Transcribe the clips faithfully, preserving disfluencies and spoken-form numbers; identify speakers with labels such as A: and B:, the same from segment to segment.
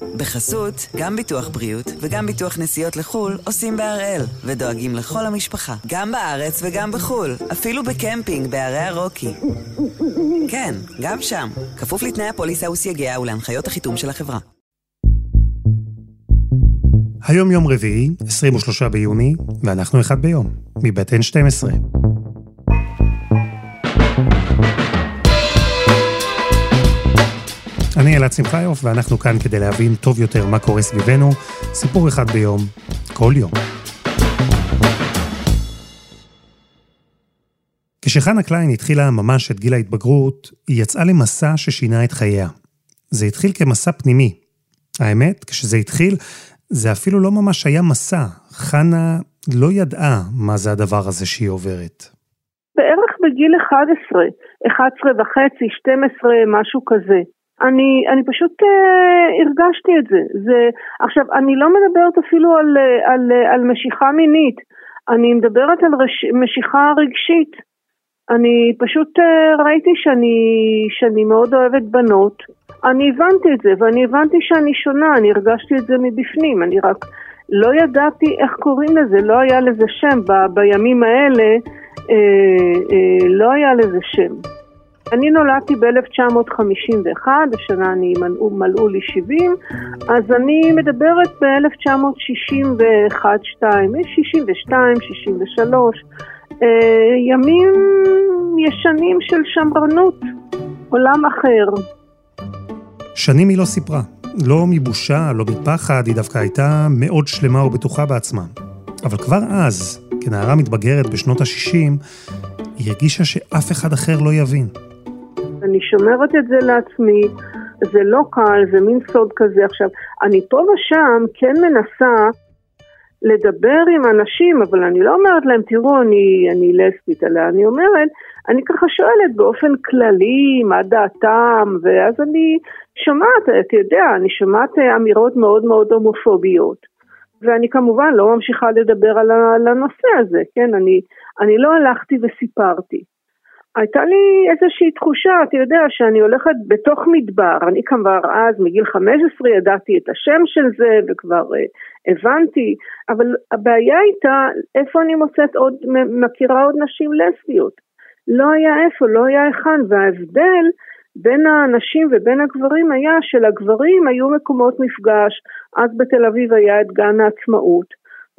A: בחסות, גם ביטוח בריאות וגם ביטוח נסיעות לחול עושים בהראל, ודואגים לכל המשפחה, גם בארץ וגם בחול, אפילו בקמפינג בערי הרוקי. כן, גם שם, כפוף לתנאי הפוליסה וסייגיה ולהנחיות החיתום של החברה.
B: היום יום רביעי, עשרים ושלושה ביוני, ואנחנו אחד ביום, מבית אן שתים עשרה. אני אלעד שמחיוף, ואנחנו כאן כדי להבין טוב יותר מה קורה סביבנו, סיפור אחד ביום, כל יום. כשחנה קליין התחילה ממש את גיל ההתבגרות, היא יצאה למסע ששינה את חייה. זה התחיל כמסע פנימי. האמת, כשזה התחיל, זה אפילו לא ממש היה מסע. חנה לא ידעה מה זה הדבר הזה שהיא עוברת.
C: בערך בגיל אחת עשרה, אחת עשרה וחצי, שתים עשרה, משהו כזה. אני, אני פשוט אה, הרגשתי את זה. זה. עכשיו, אני לא מדברת אפילו על, על, על משיכה מינית. אני מדברת על רש, משיכה רגשית. אני פשוט אה, ראיתי שאני, שאני מאוד אוהבת בנות. אני הבנתי את זה, ואני הבנתי שאני שונה, אני הרגשתי את זה מבפנים, אני רק לא ידעתי איך קוראים לזה, לא היה לזה שם, ב, בימים האלה אה, אה, לא היה לזה שם. אני נולדתי ב-אלף תשע מאות חמישים ואחת, השנה אני מלאו, מלאו לי שבעים, אז אני מדברת ב-אלף תשע מאות שישים ואחת, שתיים, שישים ושתיים, שישים ושלוש, אה, ימים ישנים של שמרנות, עולם אחר.
B: שנים היא לא סיפרה, לא מבושה, לא מפחד, היא דווקא הייתה מאוד שלמה ובטוחה בעצמה. אבל כבר אז, כנערה מתבגרת בשנות ה-שישים, היא הרגישה שאף אחד אחר לא יבין.
C: אני שומרת את זה לעצמי, זה לא קל, זה מין סוד כזה. עכשיו, אני פה ושם כן מנסה לדבר עם אנשים, אבל אני לא אומרת להם, תראו, אני, אני לסבית עליה, אני אומרת, אני ככה שואלת באופן כללי, מה דעתם, ואז אני שומעת, אתה יודע, אני שומעת אמירות מאוד מאוד הומופוביות, ואני כמובן לא ממשיכה לדבר על הנושא הזה, כן, אני, אני לא הלכתי וסיפרתי. הייתה לי איזושהי תחושה, אתה יודע, שאני הולכת בתוך מדבר, אני כבר אז מגיל חמש עשרה ידעתי את השם של זה, וכבר uh, הבנתי, אבל הבעיה הייתה, איפה אני מוצאת עוד, מכירה עוד נשים לסביות? לא היה איפה, לא היה אחד, וההבדל בין האנשים ובין הגברים היה שלגברים היו מקומות מפגש, אז בתל אביב היה את גן העצמאות,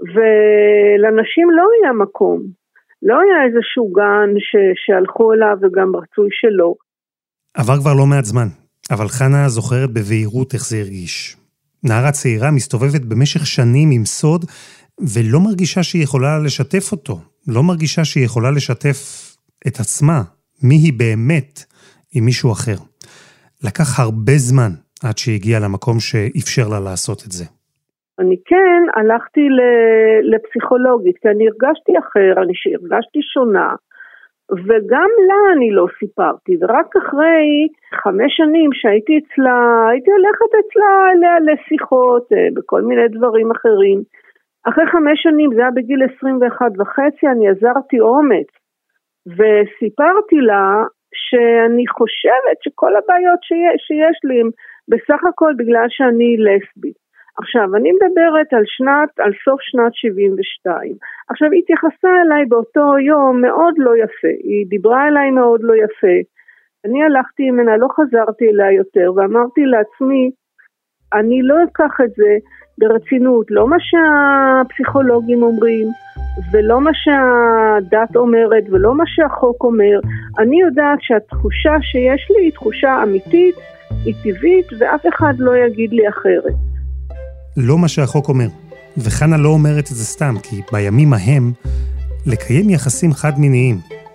C: ולנשים לא היה מקום. לא היה איזשהו גן ש- שהלכו אליו וגם רצוי שלא.
B: עבר כבר לא מעט זמן, אבל חנה זוכרת בבהירות איך זה הרגיש. נערה צעירה מסתובבת במשך שנים עם סוד, ולא מרגישה שהיא יכולה לשתף אותו. לא מרגישה שהיא יכולה לשתף את עצמה, מי היא באמת עם מישהו אחר. לקח הרבה זמן עד שהגיעה למקום שאפשר לה לעשות את זה.
C: אני כן הלכתי לפסיכולוגית, כי אני הרגשתי אחר, אני הרגשתי שונה, וגם לה אני לא סיפרתי, ורק אחרי חמש שנים שהייתי אצלה, הייתי הולכת אצלה לשיחות, בכל מיני דברים אחרים. אחרי חמש שנים, זה היה בגיל עשרים ואחת וחצי, אני עזרתי אומץ, וסיפרתי לה שאני חושבת שכל הבעיות שיש, שיש לי הם בסך הכל בגלל שאני לסבית. עכשיו, אני מדברת על שנת, על סוף שנת שבעים ושתיים. עכשיו, היא התייחסה אליי באותו יום מאוד לא יפה. היא דיברה אליי מאוד לא יפה. אני הלכתי ממנה, לא חזרתי אליה יותר, ואמרתי לעצמי, אני לא אקח את זה ברצינות, לא מה שהפסיכולוגים אומרים, ולא מה שהדת אומרת, ולא מה שהחוק אומר. אני יודעת שהתחושה שיש לי היא תחושה אמיתית, היא טבעית, ואף אחד לא יגיד לי אחרת.
B: לא מה שהחוק אומר. וחנה לא אומרת את זה סתם, כי בימים ההם לקיים יחסים חד-מיניים,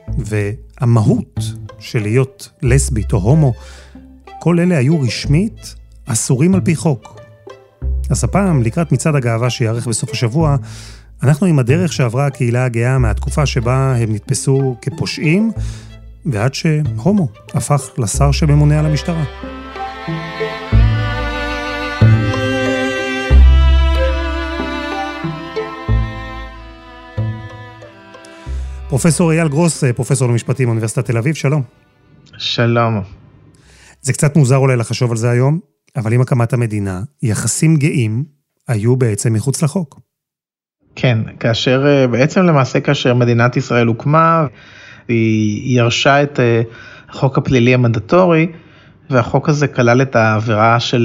B: והמהות של להיות לסבית או הומו, כל אלה היו רשמית אסורים על פי חוק. אז הפעם, לקראת מצעד הגאווה שיערך בסוף השבוע, אנחנו עם הדרך שעברה הקהילה הגאה מהתקופה שבה הם נתפסו כפושעים, ועד שהומו הפך לשר שממונה על המשטרה. פרופסור אייל גרוס, פרופסור למשפטים באוניברסיטת תל אביב, שלום.
D: שלום.
B: זה קצת מוזר אולי לחשוב על זה היום, אבל עם הקמת המדינה, יחסים גאים היו בעצם מחוץ לחוק.
D: כן, כאשר, בעצם למעשה כאשר מדינת ישראל הוקמה, היא ירשה את החוק הפלילי המנדטורי, והחוק הזה כלל את העבירה של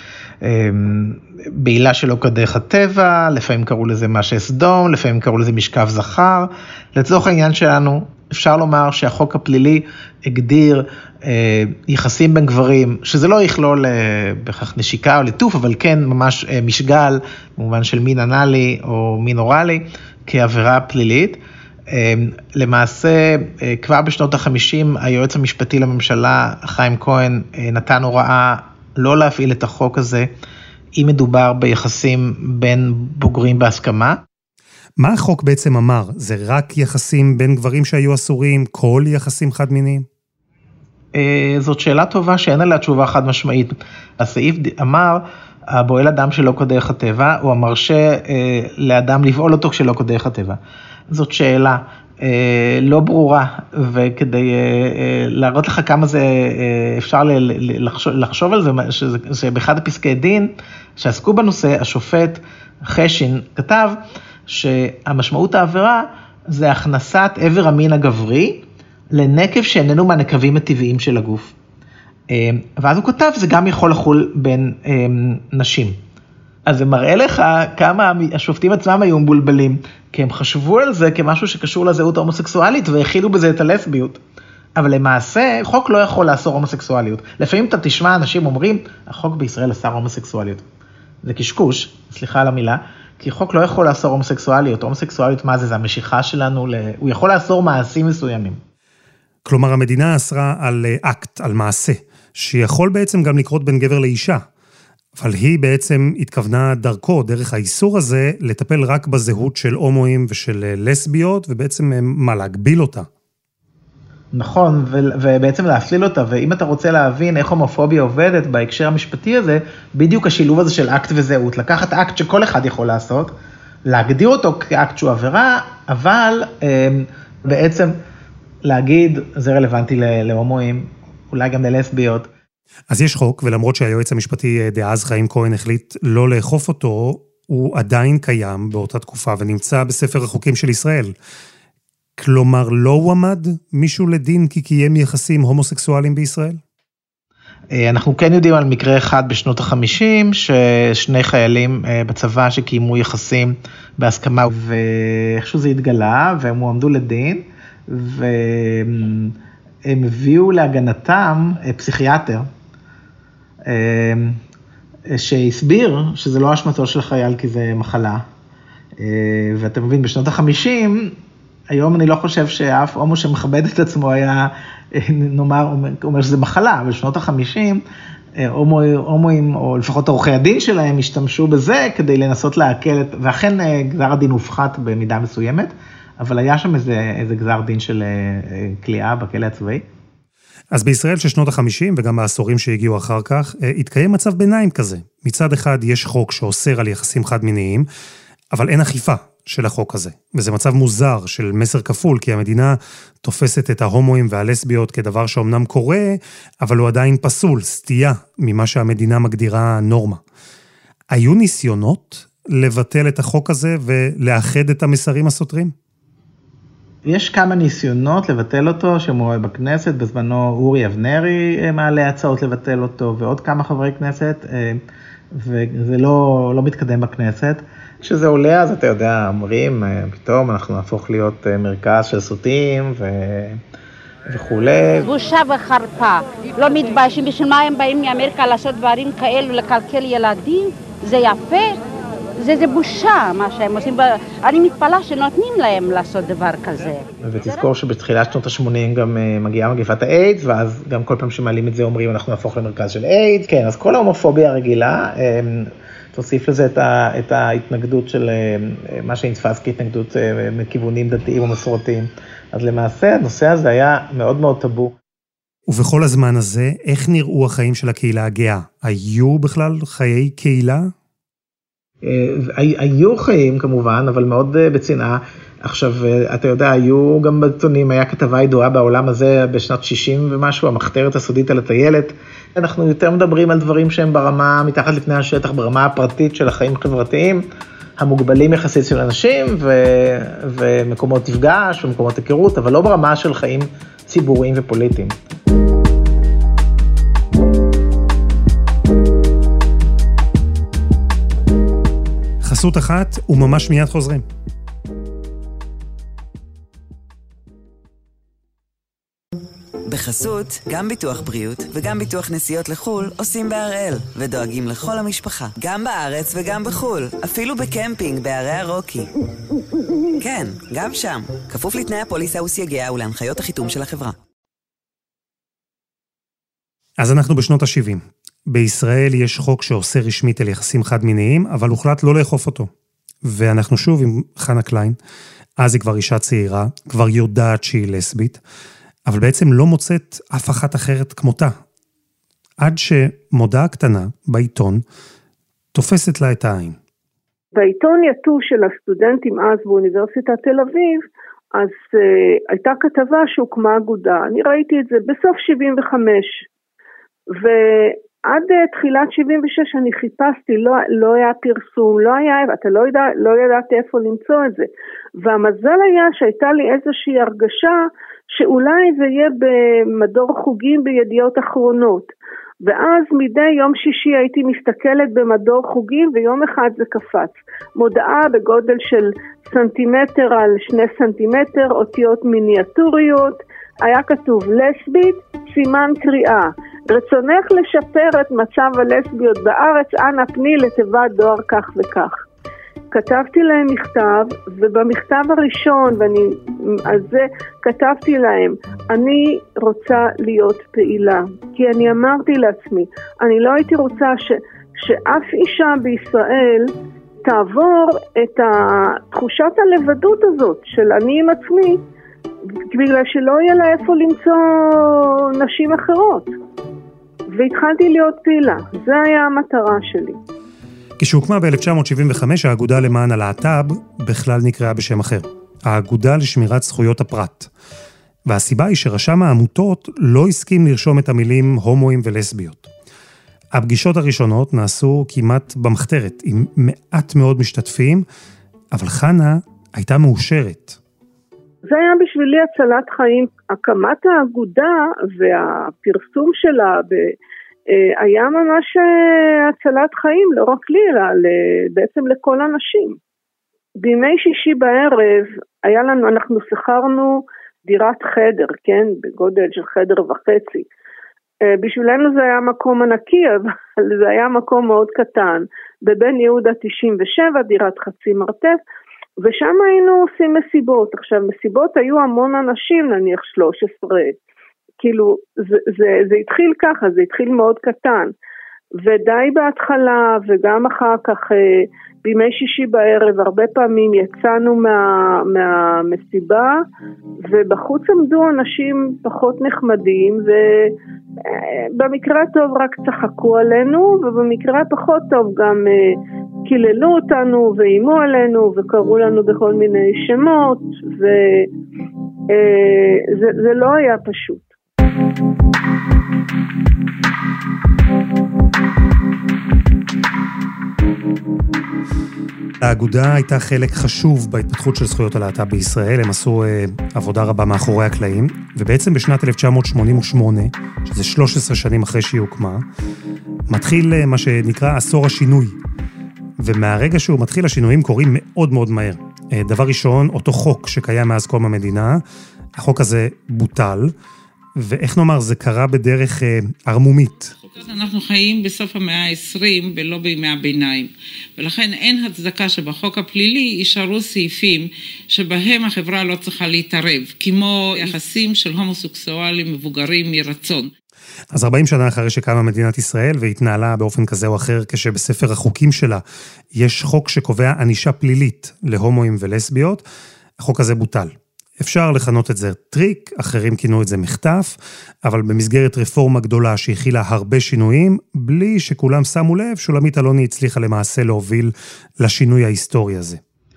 D: בעילה שלא כדרך הטבע, לפעמים קראו לזה מעשה סדום, לפעמים קראו לזה משכב זכר. לצורך העניין שלנו, אפשר לומר שהחוק הפלילי הגדיר אה, יחסים בין גברים, שזה לא יכלול אה, בכך נשיקה או ליטוף, אבל כן ממש אה, משגל, במובן של מין אנלי או מין אורלי, כעבירה פלילית. אה, למעשה, אה, כבר בשנות ה-חמישים, היועץ המשפטי לממשלה, חיים כהן, אה, נתן הוראה לא להפעיל את החוק הזה, אם מדובר ביחסים בין בוגרים בהסכמה.
B: מה החוק בעצם אמר? זה רק יחסים בין גברים שהיו אסורים, כל יחסים חד מיניים?
D: זאת שאלה טובה שאין עליה תשובה חד משמעית. הסעיף אמר, הבועל אדם שלא כדרך הטבע, הוא המרשה לאדם לבעול אותו כשלא כדרך הטבע. זאת שאלה לא ברורה, וכדי להראות לך כמה זה אפשר לחשוב על זה, שבאחד הפסקי דין שעסקו בנושא, השופט חשין כתב, שהמשמעות העבירה זה הכנסת עבר המין הגברי לנקב שאיננו מהנקבים הטבעיים של הגוף. ואז הוא כותב, זה גם יכול לחול בין נשים. אז זה מראה לך כמה השופטים עצמם היו מבולבלים, כי הם חשבו על זה כמשהו שקשור לזהות ההומוסקסואלית, והכילו בזה את הלסביות. אבל למעשה, חוק לא יכול לאסור הומוסקסואליות. לפעמים אתה תשמע אנשים אומרים, החוק בישראל אסר הומוסקסואליות. זה קשקוש, סליחה על המילה, כי חוק לא יכול לאסור הומוסקסואליות. הומוסקסואליות, מה זה? זה המשיכה שלנו, ל... הוא יכול לאסור מעשים מסוימים.
B: כלומר, המדינה אסרה על אקט, על מעשה, שיכול בעצם גם לקרות בין גבר לאישה. אבל היא בעצם התכוונה דרכו, דרך האיסור הזה, לטפל רק בזהות של הומואים ושל לסביות, ובעצם מה, להגביל אותה.
D: נכון, ו- ובעצם להפליל אותה, ואם אתה רוצה להבין איך הומופוביה עובדת בהקשר המשפטי הזה, בדיוק השילוב הזה של אקט וזהות, לקחת אקט שכל אחד יכול לעשות, להגדיר אותו כאקט שהוא עבירה, אבל בעצם להגיד, זה רלוונטי להומואים, אולי גם ללסביות.
B: אז יש חוק, ולמרות שהיועץ המשפטי דאז חיים כהן החליט לא לאכוף אותו, הוא עדיין קיים באותה תקופה, ונמצא בספר החוקים של ישראל. כלומר, לא הועמד מישהו לדין כי קיים יחסים הומוסקסואליים בישראל?
D: אנחנו כן יודעים על מקרה אחד בשנות ה-חמישים, ששני חיילים בצבא שקיימו יחסים בהסכמה, ואיכשהו זה התגלה, והם הועמדו לדין, והם הביאו להגנתם פסיכיאטר, שהסביר שזה לא אשמתו של חייל כי זה מחלה. ואתה מבין, בשנות ה-חמישים, היום אני לא חושב שאף הומו שמכבד את עצמו היה, נאמר, אומר שזה מחלה, אבל בשנות ה-חמישים, הומו, הומואים, או לפחות עורכי הדין שלהם, השתמשו בזה כדי לנסות להקל, ואכן גזר הדין הופחת במידה מסוימת, אבל היה שם איזה, איזה גזר דין של כליאה בכלא הצבאי.
B: אז בישראל של שנות ה-חמישים, וגם בעשורים שהגיעו אחר כך, התקיים מצב ביניים כזה. מצד אחד יש חוק שאוסר על יחסים חד מיניים, אבל אין אכיפה של החוק הזה. וזה מצב מוזר של מסר כפול, כי המדינה תופסת את ההומואים והלסביות כדבר שאומנם קורה, אבל הוא עדיין פסול, סטייה ממה שהמדינה מגדירה נורמה. היו ניסיונות לבטל את החוק הזה ולאחד את המסרים הסותרים?
D: יש כמה ניסיונות לבטל אותו, שמורה בכנסת, בזמנו אורי אבנרי מעלה הצעות לבטל אותו, ועוד כמה חברי כנסת, וזה לא, לא מתקדם בכנסת. כשזה עולה, אז אתה יודע, אומרים, פתאום אנחנו נהפוך להיות מרכז של סוטים ו... וכו'.
E: בושה וחרפה, לא מתביישים, בשביל מה הם באים מאמריקה לעשות דברים כאלו, לקלקל ילדים, זה יפה, זה, זה בושה מה שהם עושים, אני מתפלאה שנותנים להם לעשות דבר כזה.
D: ותזכור שבתחילת שנות ה-שמונים גם מגיעה מגפת האיידס, ואז גם כל פעם שמעלים את זה אומרים, אנחנו נהפוך למרכז של איידס, כן, אז כל ההומופוביה הרגילה, תוסיף לזה את, ה, את ההתנגדות של מה שנתפס כהתנגדות מכיוונים דתיים ומסורתיים. אז למעשה הנושא הזה היה מאוד מאוד טבו.
B: ובכל הזמן הזה, איך נראו החיים של הקהילה הגאה? היו בכלל חיי קהילה?
D: היו חיים כמובן, אבל מאוד בצנעה. עכשיו, אתה יודע, היו גם בעיתונים, היה כתבה ידועה בעולם הזה בשנת שישים ומשהו, המחתרת הסודית על הטיילת. אנחנו יותר מדברים על דברים שהם ברמה, מתחת לפני השטח, ברמה הפרטית של החיים החברתיים, המוגבלים יחסית של אנשים, ו... ומקומות מפגש ומקומות היכרות, אבל לא ברמה של חיים ציבוריים ופוליטיים.
B: חסות אחת וממש מיד חוזרים.
A: בחסות, גם ביטוח בריאות וגם ביטוח נסיעות לחול עושים בהראל ודואגים לכל המשפחה, גם בארץ וגם בחול, אפילו בקמפינג בערי הרוקי. כן, גם שם, כפוף לתנאי הפוליסה וסייגיה ולהנחיות החיתום של החברה.
B: אז אנחנו בשנות ה-שבעים. בישראל יש חוק שאוסר רשמית על יחסים חד-מיניים, אבל הוחלט לא לאכוף אותו. ואנחנו שוב עם חנה קליין, אז היא כבר אישה צעירה, כבר יודעת שהיא לסבית, אבל בעצם לא מוצאת אף אחת אחרת כמותה. עד שמודעה קטנה בעיתון תופסת לה את העין.
C: בעיתון יתו של הסטודנטים אז באוניברסיטת תל אביב, אז uh, הייתה כתבה שהוקמה אגודה. אני ראיתי את זה בסוף שבעים וחמש, ועד uh, תחילת שבעים ושש אני חיפשתי, לא, לא היה פרסום, לא היה, אתה לא, יודע, לא ידעתי איפה למצוא את זה. והמזל היה שהייתה לי איזושהי הרגשה שאולי זה יהיה במדור חוגים בידיעות אחרונות. ואז מדי יום שישי הייתי מסתכלת במדור חוגים, ויום אחד זה קפץ. מודעה בגודל של סנטימטר על שני סנטימטר, אותיות מיניאטוריות, היה כתוב לסבית, סימן קריאה. רצונך לשפר את מצב הלסביות בארץ, אנא פני לתיבת דואר כך וכך. כתבתי להם מכתב, ובמכתב הראשון, ואני על זה כתבתי להם, אני רוצה להיות פעילה, כי אני אמרתי לעצמי, אני לא הייתי רוצה ש, שאף אישה בישראל תעבור את תחושת הלבדות הזאת של אני עם עצמי, בגלל שלא יהיה לה איפה למצוא נשים אחרות. והתחלתי להיות פעילה, זה היה המטרה שלי.
B: כשהוקמה ב-אלף תשע מאות שבעים וחמש, האגודה למען הלהט"ב בכלל נקראה בשם אחר. האגודה לשמירת זכויות הפרט. והסיבה היא שרשם העמותות לא הסכים לרשום את המילים הומואים ולסביות. הפגישות הראשונות נעשו כמעט במחתרת, עם מעט מאוד משתתפים, אבל חנה הייתה מאושרת.
C: זה היה בשבילי הצלת חיים. הקמת האגודה והפרסום שלה ב... היה ממש הצלת חיים, לא רק לי, אלא בעצם לכל אנשים. בימי שישי בערב, היה לנו, אנחנו שכרנו דירת חדר, כן, בגודל של חדר וחצי. בשבילנו זה היה מקום ענקי, אבל זה היה מקום מאוד קטן. בבן יהודה תשעים ושבע, דירת חצי מרתף, ושם היינו עושים מסיבות. עכשיו, מסיבות היו המון אנשים, נניח שלוש עשרה, כאילו, זה, זה, זה התחיל ככה, זה התחיל מאוד קטן, ודי בהתחלה, וגם אחר כך, בימי שישי בערב, הרבה פעמים יצאנו מה, מהמסיבה, ובחוץ עמדו אנשים פחות נחמדים, ובמקרה הטוב רק צחקו עלינו, ובמקרה פחות טוב גם קיללו אותנו, ואימו עלינו, וקראו לנו בכל מיני שמות, וזה זה לא היה פשוט.
B: האגודה הייתה חלק חשוב בהתפתחות של זכויות הלהט"ב בישראל, הם עשו אה, עבודה רבה מאחורי הקלעים, ובעצם בשנת אלף תשע מאות שמונים ושמונה, שזה שלוש עשרה שנים אחרי שהיא הוקמה, מתחיל אה, מה שנקרא עשור השינוי, ומהרגע שהוא מתחיל השינויים קורים מאוד מאוד מהר. אה, דבר ראשון, אותו חוק שקיים מאז קום המדינה, החוק הזה בוטל, ואיך נאמר, זה קרה בדרך אה, ערמומית.
F: אנחנו חיים בסוף המאה ה-עשרים ולא בימי הביניים, ולכן אין הצדקה שבחוק הפלילי יישארו סעיפים שבהם החברה לא צריכה להתערב, כמו יחסים של הומוסקסואלים מבוגרים מרצון.
B: אז ארבעים שנה אחרי שקמה מדינת ישראל והתנהלה באופן כזה או אחר, כשבספר החוקים שלה יש חוק שקובע ענישה פלילית להומואים ולסביות, החוק הזה בוטל. אפשר לכנות את זה טריק, אחרים כינו את זה מחטף, אבל במסגרת רפורמה גדולה שהכילה הרבה שינויים, בלי שכולם שמו לב, שולמית אלוני הצליחה למעשה להוביל לשינוי ההיסטורי הזה.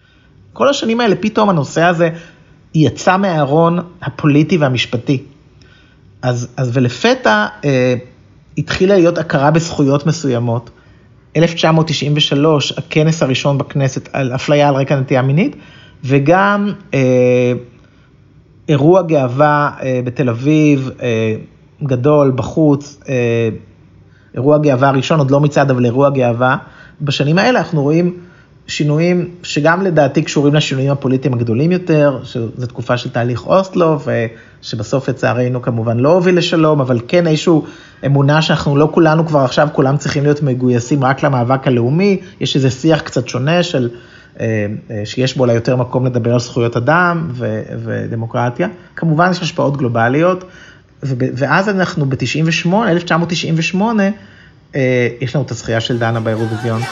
D: כל השנים האלה פתאום הנושא הזה יצא מהארון הפוליטי והמשפטי. אז, אז ולפתע אה, התחילה להיות הכרה בזכויות מסוימות. אלף תשע מאות תשעים ושלוש, הכנס הראשון בכנסת על אפליה על רקע נטייה מינית, וגם אה, אירוע גאווה אה, בתל אביב, אה, גדול, בחוץ, אה, אירוע גאווה הראשון, עוד לא מצד, אבל אירוע גאווה. בשנים האלה אנחנו רואים שינויים שגם לדעתי קשורים לשינויים הפוליטיים הגדולים יותר, שזו תקופה של תהליך אוסלו, ושבסוף לצערנו כמובן לא הוביל לשלום, אבל כן איזשהו אמונה שאנחנו לא כולנו כבר עכשיו, כולם צריכים להיות מגויסים רק למאבק הלאומי, יש איזה שיח קצת שונה של, שיש בו לה יותר מקום לדבר על זכויות אדם ודמוקרטיה. כמובן יש השפעות גלובליות, ואז אנחנו ב-תשעים ושמונה, אלף תשע מאות תשעים ושמונה, יש לנו את הזכייה של דנה באירוויזיון.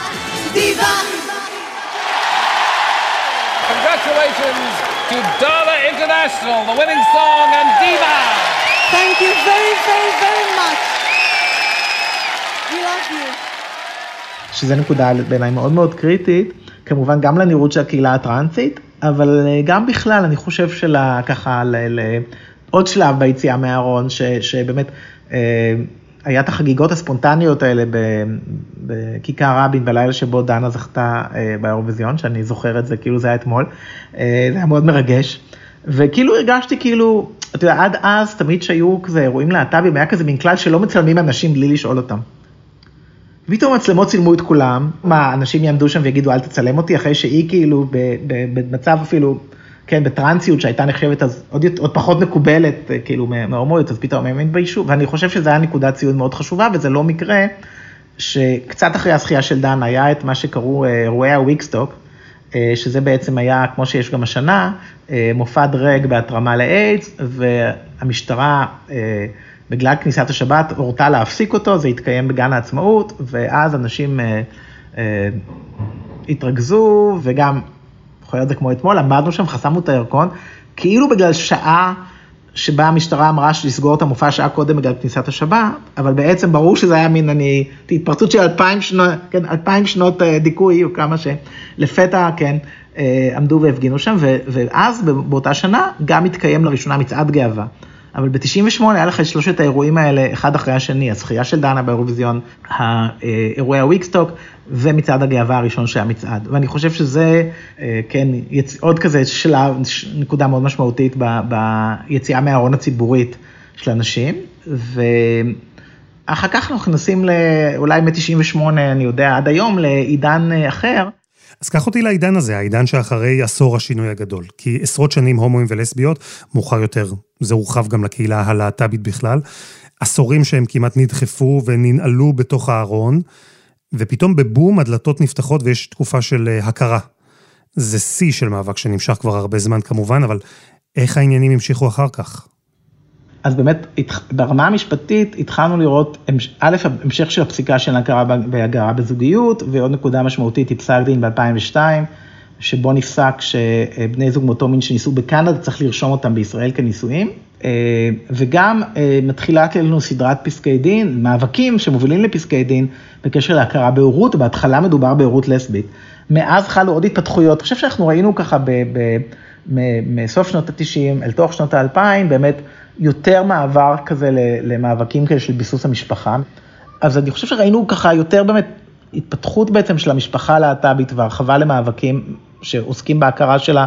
G: Congratulations to Dana International, the winning song, and Diva.
H: Thank you very, very, very much. We love you.
D: שזה נקודה בעיניי מאוד מאוד קריטית, כמובן גם לנראות של הקהילה הטרנסית, אבל גם בכלל אני חושב שלה ככה לעוד שלב ביציאה מהארון, ש, שבאמת היה את החגיגות הספונטניות האלה בכיכר רבין בלילה שבו דנה זכתה באירוויזיון, שאני זוכר את זה כאילו זה היה אתמול, זה היה מאוד מרגש, וכאילו הרגשתי כאילו, אתה יודע, עד אז תמיד שהיו כזה אירועים להט"בים, היה כזה מין כלל שלא מצלמים אנשים בלי לשאול אותם. פתאום מצלמות צילמו את כולם, מה, אנשים יעמדו שם ויגידו אל תצלם אותי, אחרי שהיא כאילו במצב אפילו, כן, בטרנסיות שהייתה נחשבת אז עוד, עוד פחות מקובלת, כאילו מההומואיות, אז פתאום הם התביישו, ואני חושב שזה היה נקודת ציון מאוד חשובה, וזה לא מקרה שקצת אחרי הזכייה של דנה היה את מה שקראו אירועי הוויקסטוק, שזה בעצם היה, כמו שיש גם השנה, מופע דרג בהתרמה לאיידס, והמשטרה, בגלל כניסת השבת, הורתה להפסיק אותו, זה התקיים בגן העצמאות, ואז אנשים התרכזו, וגם, יכול להיות זה כמו אתמול, עמדנו שם, חסמנו את הירקון, כאילו בגלל שעה שבה המשטרה אמרה לסגור את המופע שעה קודם בגלל כניסת השבת, אבל בעצם ברור שזה היה מין, אני, התפרצות של אלפיים שנות, כן, אלפיים שנות דיכוי, או כמה שלפתע, כן, עמדו והפגינו שם, ואז באותה שנה גם התקיים לראשונה מצעד גאווה. אבל ב-תשעים ושמונה היה לך את שלושת האירועים האלה, אחד אחרי השני, הזכייה של דנה באירוויזיון, האירועי הוויקסטוק, ומצעד הגאווה הראשון שהיה מצעד. ואני חושב שזה, כן, עוד כזה שלב, נקודה מאוד משמעותית ביציאה מהארון הציבורית של אנשים, ואחר כך אנחנו נכנסים אולי מ-תשעים ושמונה, אני יודע, עד היום, לעידן אחר.
B: אז קח אותי לעידן הזה, העידן שאחרי עשור השינוי הגדול, כי עשרות שנים הומואים ולסביות, מאוחר יותר, זה הורחב גם לקהילה הלהט"בית בכלל, עשורים שהם כמעט נדחפו וננעלו בתוך הארון, ופתאום בבום הדלתות נפתחות ויש תקופה של הכרה. זה שיא של מאבק שנמשך כבר הרבה זמן כמובן, אבל איך העניינים המשיכו אחר כך?
D: אז באמת, ברמה המשפטית התחלנו לראות, א', המשך של הפסיקה של הכרה בהגרה בזוגיות, ועוד נקודה משמעותית היא פסק דין ב-אלפיים ושתיים, שבו נפסק שבני זוג מאותו מין שניסו בקנדה, צריך לרשום אותם בישראל כנישואים, וגם מתחילה לנו סדרת פסקי דין, מאבקים שמובילים לפסקי דין, בקשר להכרה בהורות, בהתחלה מדובר בהורות לסבית. מאז חלו עוד התפתחויות, אני חושב שאנחנו ראינו ככה מסוף שנות ה-תשעים אל תוך שנות ה-אלפיים, באמת יותר מעבר כזה למאבקים כאלה של ביסוס המשפחה. אז אני חושב שראינו ככה יותר באמת התפתחות בעצם של המשפחה הלהט"בית והרחבה למאבקים שעוסקים בהכרה שלה,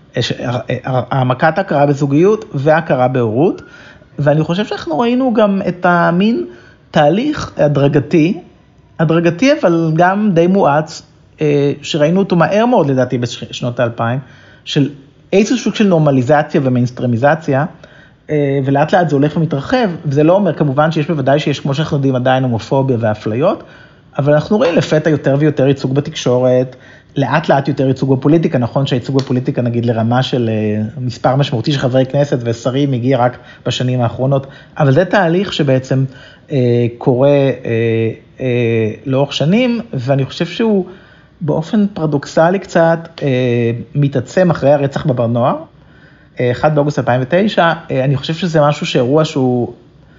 D: העמקת הכרה בזוגיות והכרה בהורות. ואני חושב שאנחנו ראינו גם את המין תהליך הדרגתי, הדרגתי אבל גם די מואץ, שראינו אותו מהר מאוד לדעתי בשנות האלפיים, של איזשהו סוג של נורמליזציה ומיינסטרימיזציה, ולאט לאט זה הולך ומתרחב, וזה לא אומר כמובן שיש בוודאי שיש כמו שאנחנו יודעים עדיין הומופוביה ואפליות, אבל אנחנו רואים לפתע יותר ויותר ייצוג בתקשורת, לאט לאט יותר ייצוג בפוליטיקה, נכון שהייצוג בפוליטיקה נגיד לרמה של מספר משמעותי של חברי כנסת ושרים הגיע רק בשנים האחרונות, אבל זה תהליך שבעצם אה, קורה אה, אה, לאורך שנים, ואני חושב שהוא באופן פרדוקסלי קצת אה, מתעצם אחרי הרצח בבר נוער, אחד באוגוסט אלפיים ותשע, אני חושב שזה משהו שאירוע שהוא,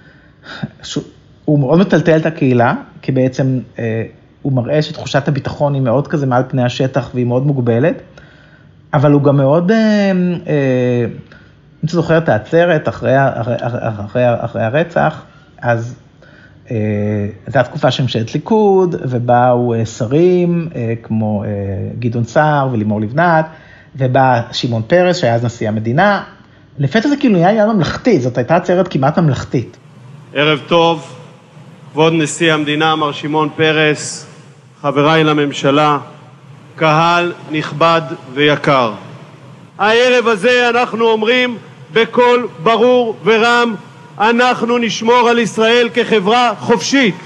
D: שהוא מאוד מטלטל את הקהילה, כי בעצם הוא מראה שתחושת הביטחון היא מאוד כזה מעל פני השטח, והיא מאוד מוגבלת, אבל הוא גם מאוד, אה, אה, אם אתה זוכר את העצרת אחרי, אחרי, אחרי, אחרי הרצח, אז אה, זו התקופה של ממשלת ליכוד, ובאו אה, שרים אה, כמו אה, גדעון סער ולימור לבנת, ובא שמעון פרס שהיה אז נשיא המדינה, לפתע זה כאילו נהיה עניין ממלכתי, זאת הייתה עצרת כמעט ממלכתית.
I: ערב טוב, כבוד נשיא המדינה מר שמעון פרס, חבריי לממשלה, קהל נכבד ויקר. הערב הזה אנחנו אומרים בקול ברור ורם, אנחנו נשמור על ישראל כחברה חופשית.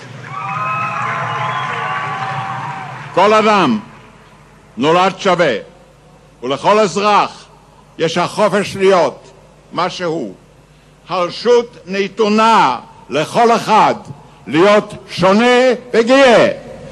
J: כל אדם נולד שווה, ולכל אזרח יש החופש להיות מה שהוא. הרשות נתונה לכל אחד להיות שונה וגאה.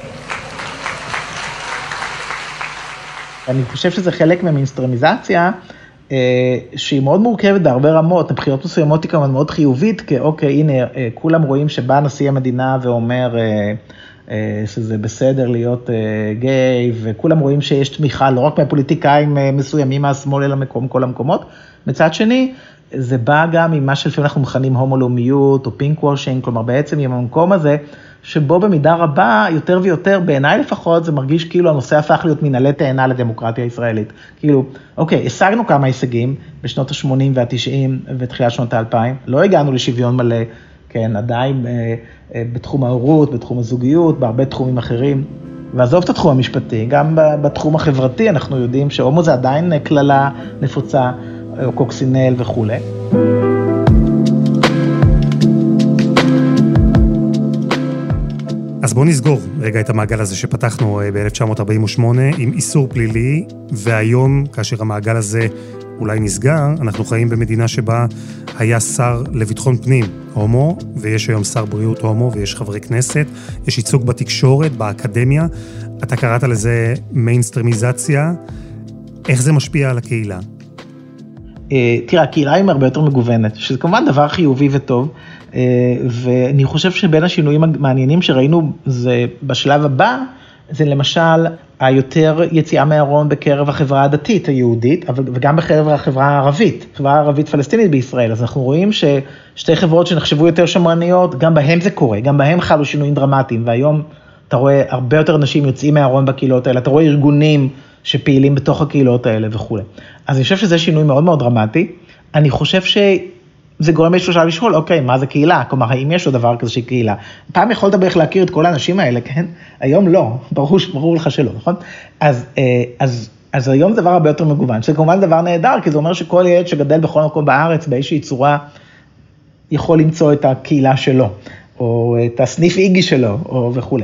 D: אני חושב שזה חלק מהמינסטרמיזציה, שהיא מאוד מורכבת בהרבה רמות, מבחינות מסוימות היא כמובן מאוד חיובית, כי אוקיי, הנה, כולם רואים שבא נשיא המדינה ואומר שזה בסדר להיות גיי, וכולם רואים שיש תמיכה לא רק מהפוליטיקאים מסוימים מהשמאל אלא מקום כל המקומות. מצד שני, זה בא גם עם מה שלפעמים אנחנו מכנים הומולומיות או פינק וושינג, כלומר בעצם עם המקום הזה, שבו במידה רבה, יותר ויותר, בעיניי לפחות, זה מרגיש כאילו הנושא הפך להיות מנהלי תאנה לדמוקרטיה הישראלית. כאילו, אוקיי, השגנו כמה הישגים בשנות ה-שמונים וה-תשעים ותחילת שנות ה-אלפיים, לא הגענו לשוויון מלא, כן, עדיין אה, אה, בתחום ההורות, בתחום הזוגיות, בהרבה תחומים אחרים, ועזוב את התחום המשפטי, גם בתחום החברתי אנחנו יודעים שהומו זה עדיין כללה נפוצה, או קוקסינל וכו'.
B: אז בואו נסגור רגע את המעגל הזה שפתחנו ב-אלף תשע מאות ארבעים ושמונה עם איסור פלילי, והיום, כאשר המעגל הזה אולי נסגר, אנחנו חיים במדינה שבה היה שר לביטחון פנים הומו, ויש היום שר בריאות הומו, ויש חברי כנסת, יש ייצוג בתקשורת, באקדמיה. אתה קראת לזה מיינסטרימיזציה. איך זה משפיע על הקהילה?
D: תראה, הקהילה היא הרבה יותר מגוונת, שזה כמובן דבר חיובי וטוב, ואני חושב שבין השינויים המעניינים שראינו זה בשלב הבא, זה למשל היותר יציאה מהארון בקרב החברה הדתית היהודית, אבל וגם בקרב החברה הערבית, החברה הערבית פלסטינית בישראל. אז אנחנו רואים ששתי חברות שנחשבו יותר שמרניות, גם בהם זה קורה, גם בהם חלו שינויים דרמטיים, והיום אתה רואה הרבה יותר אנשים יוצאים מהארון בקהילות האלה, אתה רואה ארגונים שפעילים בתוך הקהילות האלה וכו'. אז אני חושב שזה שינוי מאוד מאוד דרמטי. אני חושב שזה גורם באיזשהו שלב לשאול, אוקיי, מה זה קהילה? כלומר, האם יש לו דבר כזה שהיא קהילה? פעם יכולת בערך להכיר את כל האנשים האלה, כן? היום לא, ברור, ברור לך שלא, נכון? אז, אז, אז היום זה דבר הרבה יותר מגוון, שזה כמובן דבר נהדר, כי זה אומר שכל ילד שגדל בכל מקום בארץ, באיזושהי צורה, יכול למצוא את הקהילה שלו, או את הסניף איגי שלו, או וכו'.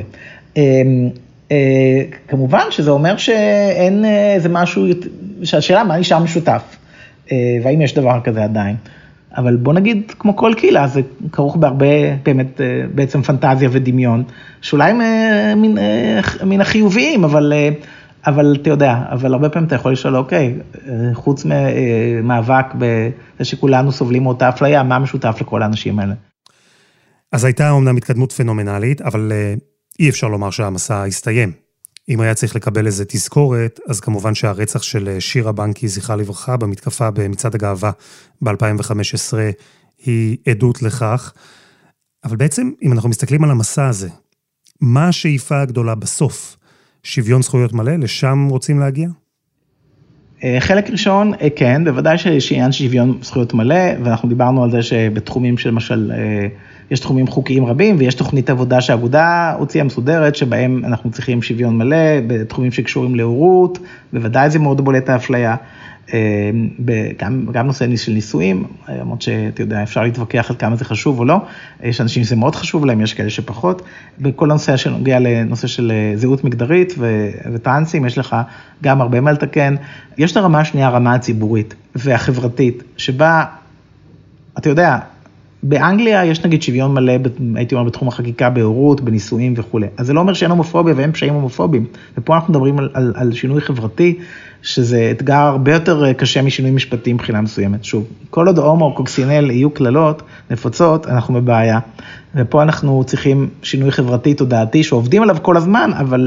D: כמובן שזה אומר שאין איזה משהו, שהשאלה מה נשאר משותף, והאם יש דבר כזה עדיין. אבל בוא נגיד, כמו כל קהילה, זה כרוך בהרבה באמת בעצם פנטזיה ודמיון, שאולי מן, מן החיוביים, אבל, אבל אתה יודע, אבל הרבה פעמים אתה יכול לשאול, אוקיי, חוץ ממאבק בזה שכולנו סובלים מאותה אפליה, מה משותף לכל האנשים האלה?
B: אז הייתה אומנם התקדמות פנומנלית, אבל אי אפשר לומר שהמסע הסתיים. אם היה צריך לקבל איזה תזכורת, אז כמובן שהרצח של שירה בנקי, זכרה לברכה, במתקפה במצעד הגאווה ב-אלפיים וחמש עשרה, היא עדות לכך. אבל בעצם, אם אנחנו מסתכלים על המסע הזה, מה השאיפה הגדולה בסוף? שוויון זכויות מלא? לשם רוצים להגיע?
D: חלק ראשון, כן, בוודאי שיש עניין שוויון זכויות מלא, ואנחנו דיברנו על זה שבתחומים של למשל, יש תחומים חוקיים רבים, ויש תוכנית עבודה שהאגודה הוציאה מסודרת, שבהם אנחנו צריכים שוויון מלא, בתחומים שקשורים להורות, בוודאי זה מאוד בולט האפליה, גם, גם נושא של נישואים, למרות שאתה יודע, אפשר להתווכח על כמה זה חשוב או לא, יש אנשים שזה מאוד חשוב להם, יש כאלה שפחות, בכל הנושא שנוגע לנושא של זהות מגדרית וטרנסים, יש לך גם הרבה מה לתקן, יש את הרמה השנייה, הרמה הציבורית והחברתית, שבה, אתה יודע, באנגליה יש נגיד שוויון מלא, הייתי אומר, בתחום החקיקה, בהורות, בנישואים וכו'. אז זה לא אומר שאין הומופוביה ואין פשעים הומופובים. ופה אנחנו מדברים על, על, על שינוי חברתי, שזה אתגר הרבה יותר קשה משינוי משפטי מבחינה מסוימת. שוב, כל עוד הומו או קוקסינל יהיו כללות, נפוצות, אנחנו בבעיה. ופה אנחנו צריכים שינוי חברתי תודעתי, שעובדים עליו כל הזמן, אבל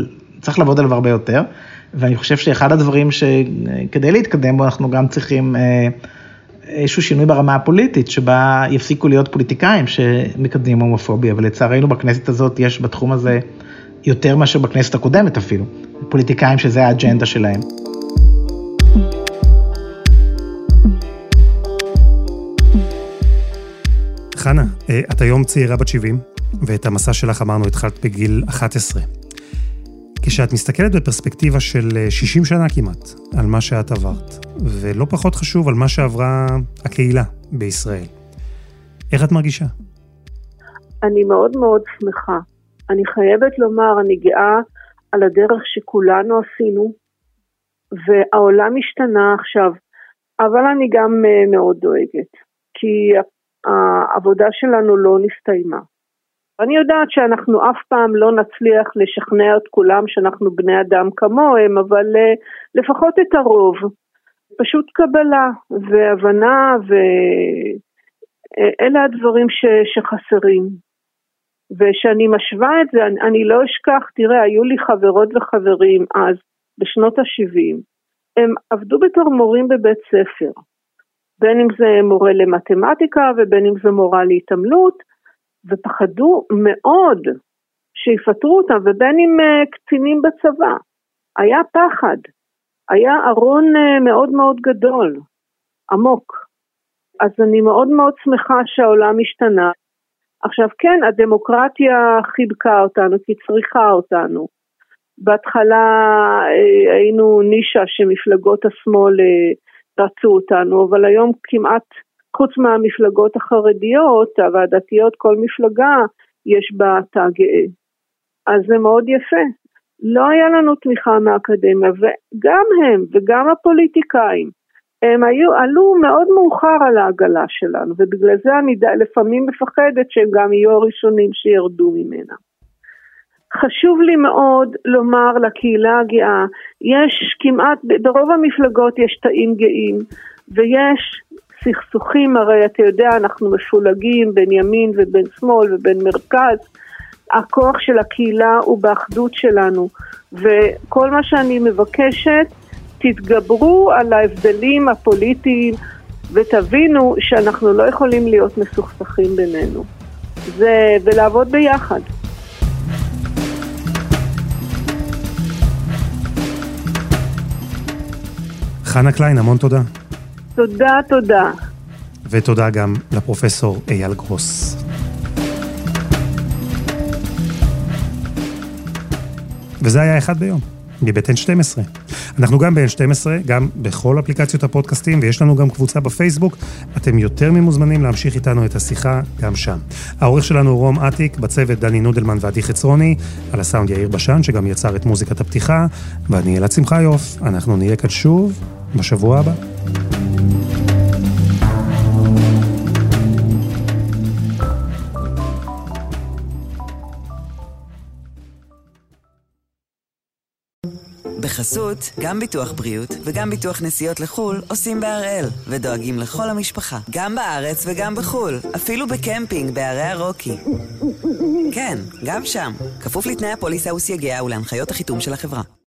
D: צריך לעבוד עליו הרבה יותר, ואני חושב שאחד הדברים שכדי להתקדם בו אנחנו גם צריכים איזשהו שינוי ברמה הפוליטית, שבה יפסיקו להיות פוליטיקאים שמקדמים הומופוביה, ולצערנו בכנסת הזאת יש בתחום הזה יותר מאשר בכנסת הקודמת אפילו, פוליטיקאים שזה האג'נדה שלהם.
B: חנה, את היום צעירה בת שבעים, ואת המסע שלך אמרנו התחלת בגיל אחת עשרה. כשאת מסתכלת בפרספקטיבה של שישים שנה כמעט על מה שאת עברת, ולא פחות חשוב על מה שעברה הקהילה בישראל, איך את מרגישה?
C: אני מאוד מאוד שמחה. אני חייבת לומר, אני גאה על הדרך שכולנו עשינו, והעולם השתנה עכשיו, אבל אני גם מאוד דואגת, כי העבודה שלנו לא נסתיימה. אני יודעת שאנחנו אף פעם לא נצליח לשכנע את כולם שאנחנו בני אדם כמוהם, אבל לפחות את הרוב, פשוט קבלה והבנה, ואלה הדברים ש... שחסרים. ושאני משווה את זה, אני, אני לא אשכח, תראה, היו לי חברות וחברים אז, בשנות ה-שבעים, הם עבדו בתור מורים בבית ספר, בין אם זה מורה למתמטיקה ובין אם זה מורה להתעמלות, ופחדו מאוד שיפטרו אותם, ובין אם uh, קצינים בצבא. היה פחד, היה ארון uh, מאוד מאוד גדול, עמוק. אז אני מאוד מאוד שמחה שהעולם השתנה. עכשיו כן, הדמוקרטיה חיבקה אותנו, כי צריכה אותנו. בהתחלה uh, היינו נישה שמפלגות השמאל uh, רצו אותנו, אבל היום כמעט חוץ מהמפלגות החרדיות, והדתיות, כל מפלגה יש בה תא גאה. אז זה מאוד יפה. לא היה לנו תמיכה מהאקדמיה, וגם הם, וגם הפוליטיקאים, הם היו, עלו מאוד מאוחר על העגלה שלנו, ובגלל זה אני לפעמים מפחדת שהם גם יהיו הראשונים שירדו ממנה. חשוב לי מאוד לומר לקהילה הגאה, יש כמעט, ברוב המפלגות יש תאים גאים, ויש סכסוכים, הרי אתה יודע, אנחנו מפולגים בין ימין ובין שמאל ובין מרכז, הכוח של הקהילה הוא באחדות שלנו, וכל מה שאני מבקשת, תתגברו על ההבדלים הפוליטיים, ותבינו שאנחנו לא יכולים להיות מסוכסכים בינינו, זה, ולעבוד ביחד.
B: חנה קליין, המון תודה.
C: תודה, תודה.
B: ותודה גם לפרופסור אייל גרוס. וזה היה אחד ביום, מבית אן שתים עשרה. אנחנו גם ב-אן שתים עשרה, גם בכל אפליקציות הפודקאסטים, ויש לנו גם קבוצה בפייסבוק. אתם יותר ממוזמנים להמשיך איתנו את השיחה גם שם. העורך שלנו הוא רום עתיק, בצוות דני נודלמן ועדי חצרוני, על הסאונד יאיר בשן, שגם יצר את מוזיקת הפתיחה, ואני אלעד שמחיוף. אנחנו נהיה כאן שוב בשבוע הבא.
A: בחסות, גם ביטוח בריאות וגם ביטוח נסיעות לחול עושים בהראל, ודואגים לכל המשפחה, גם בארץ וגם בחול, אפילו בקמפינג בערי הרוקי. כן, גם שם, כפוף לתנאי הפוליסה וסייגיה ולהנחיות החיתום של החברה.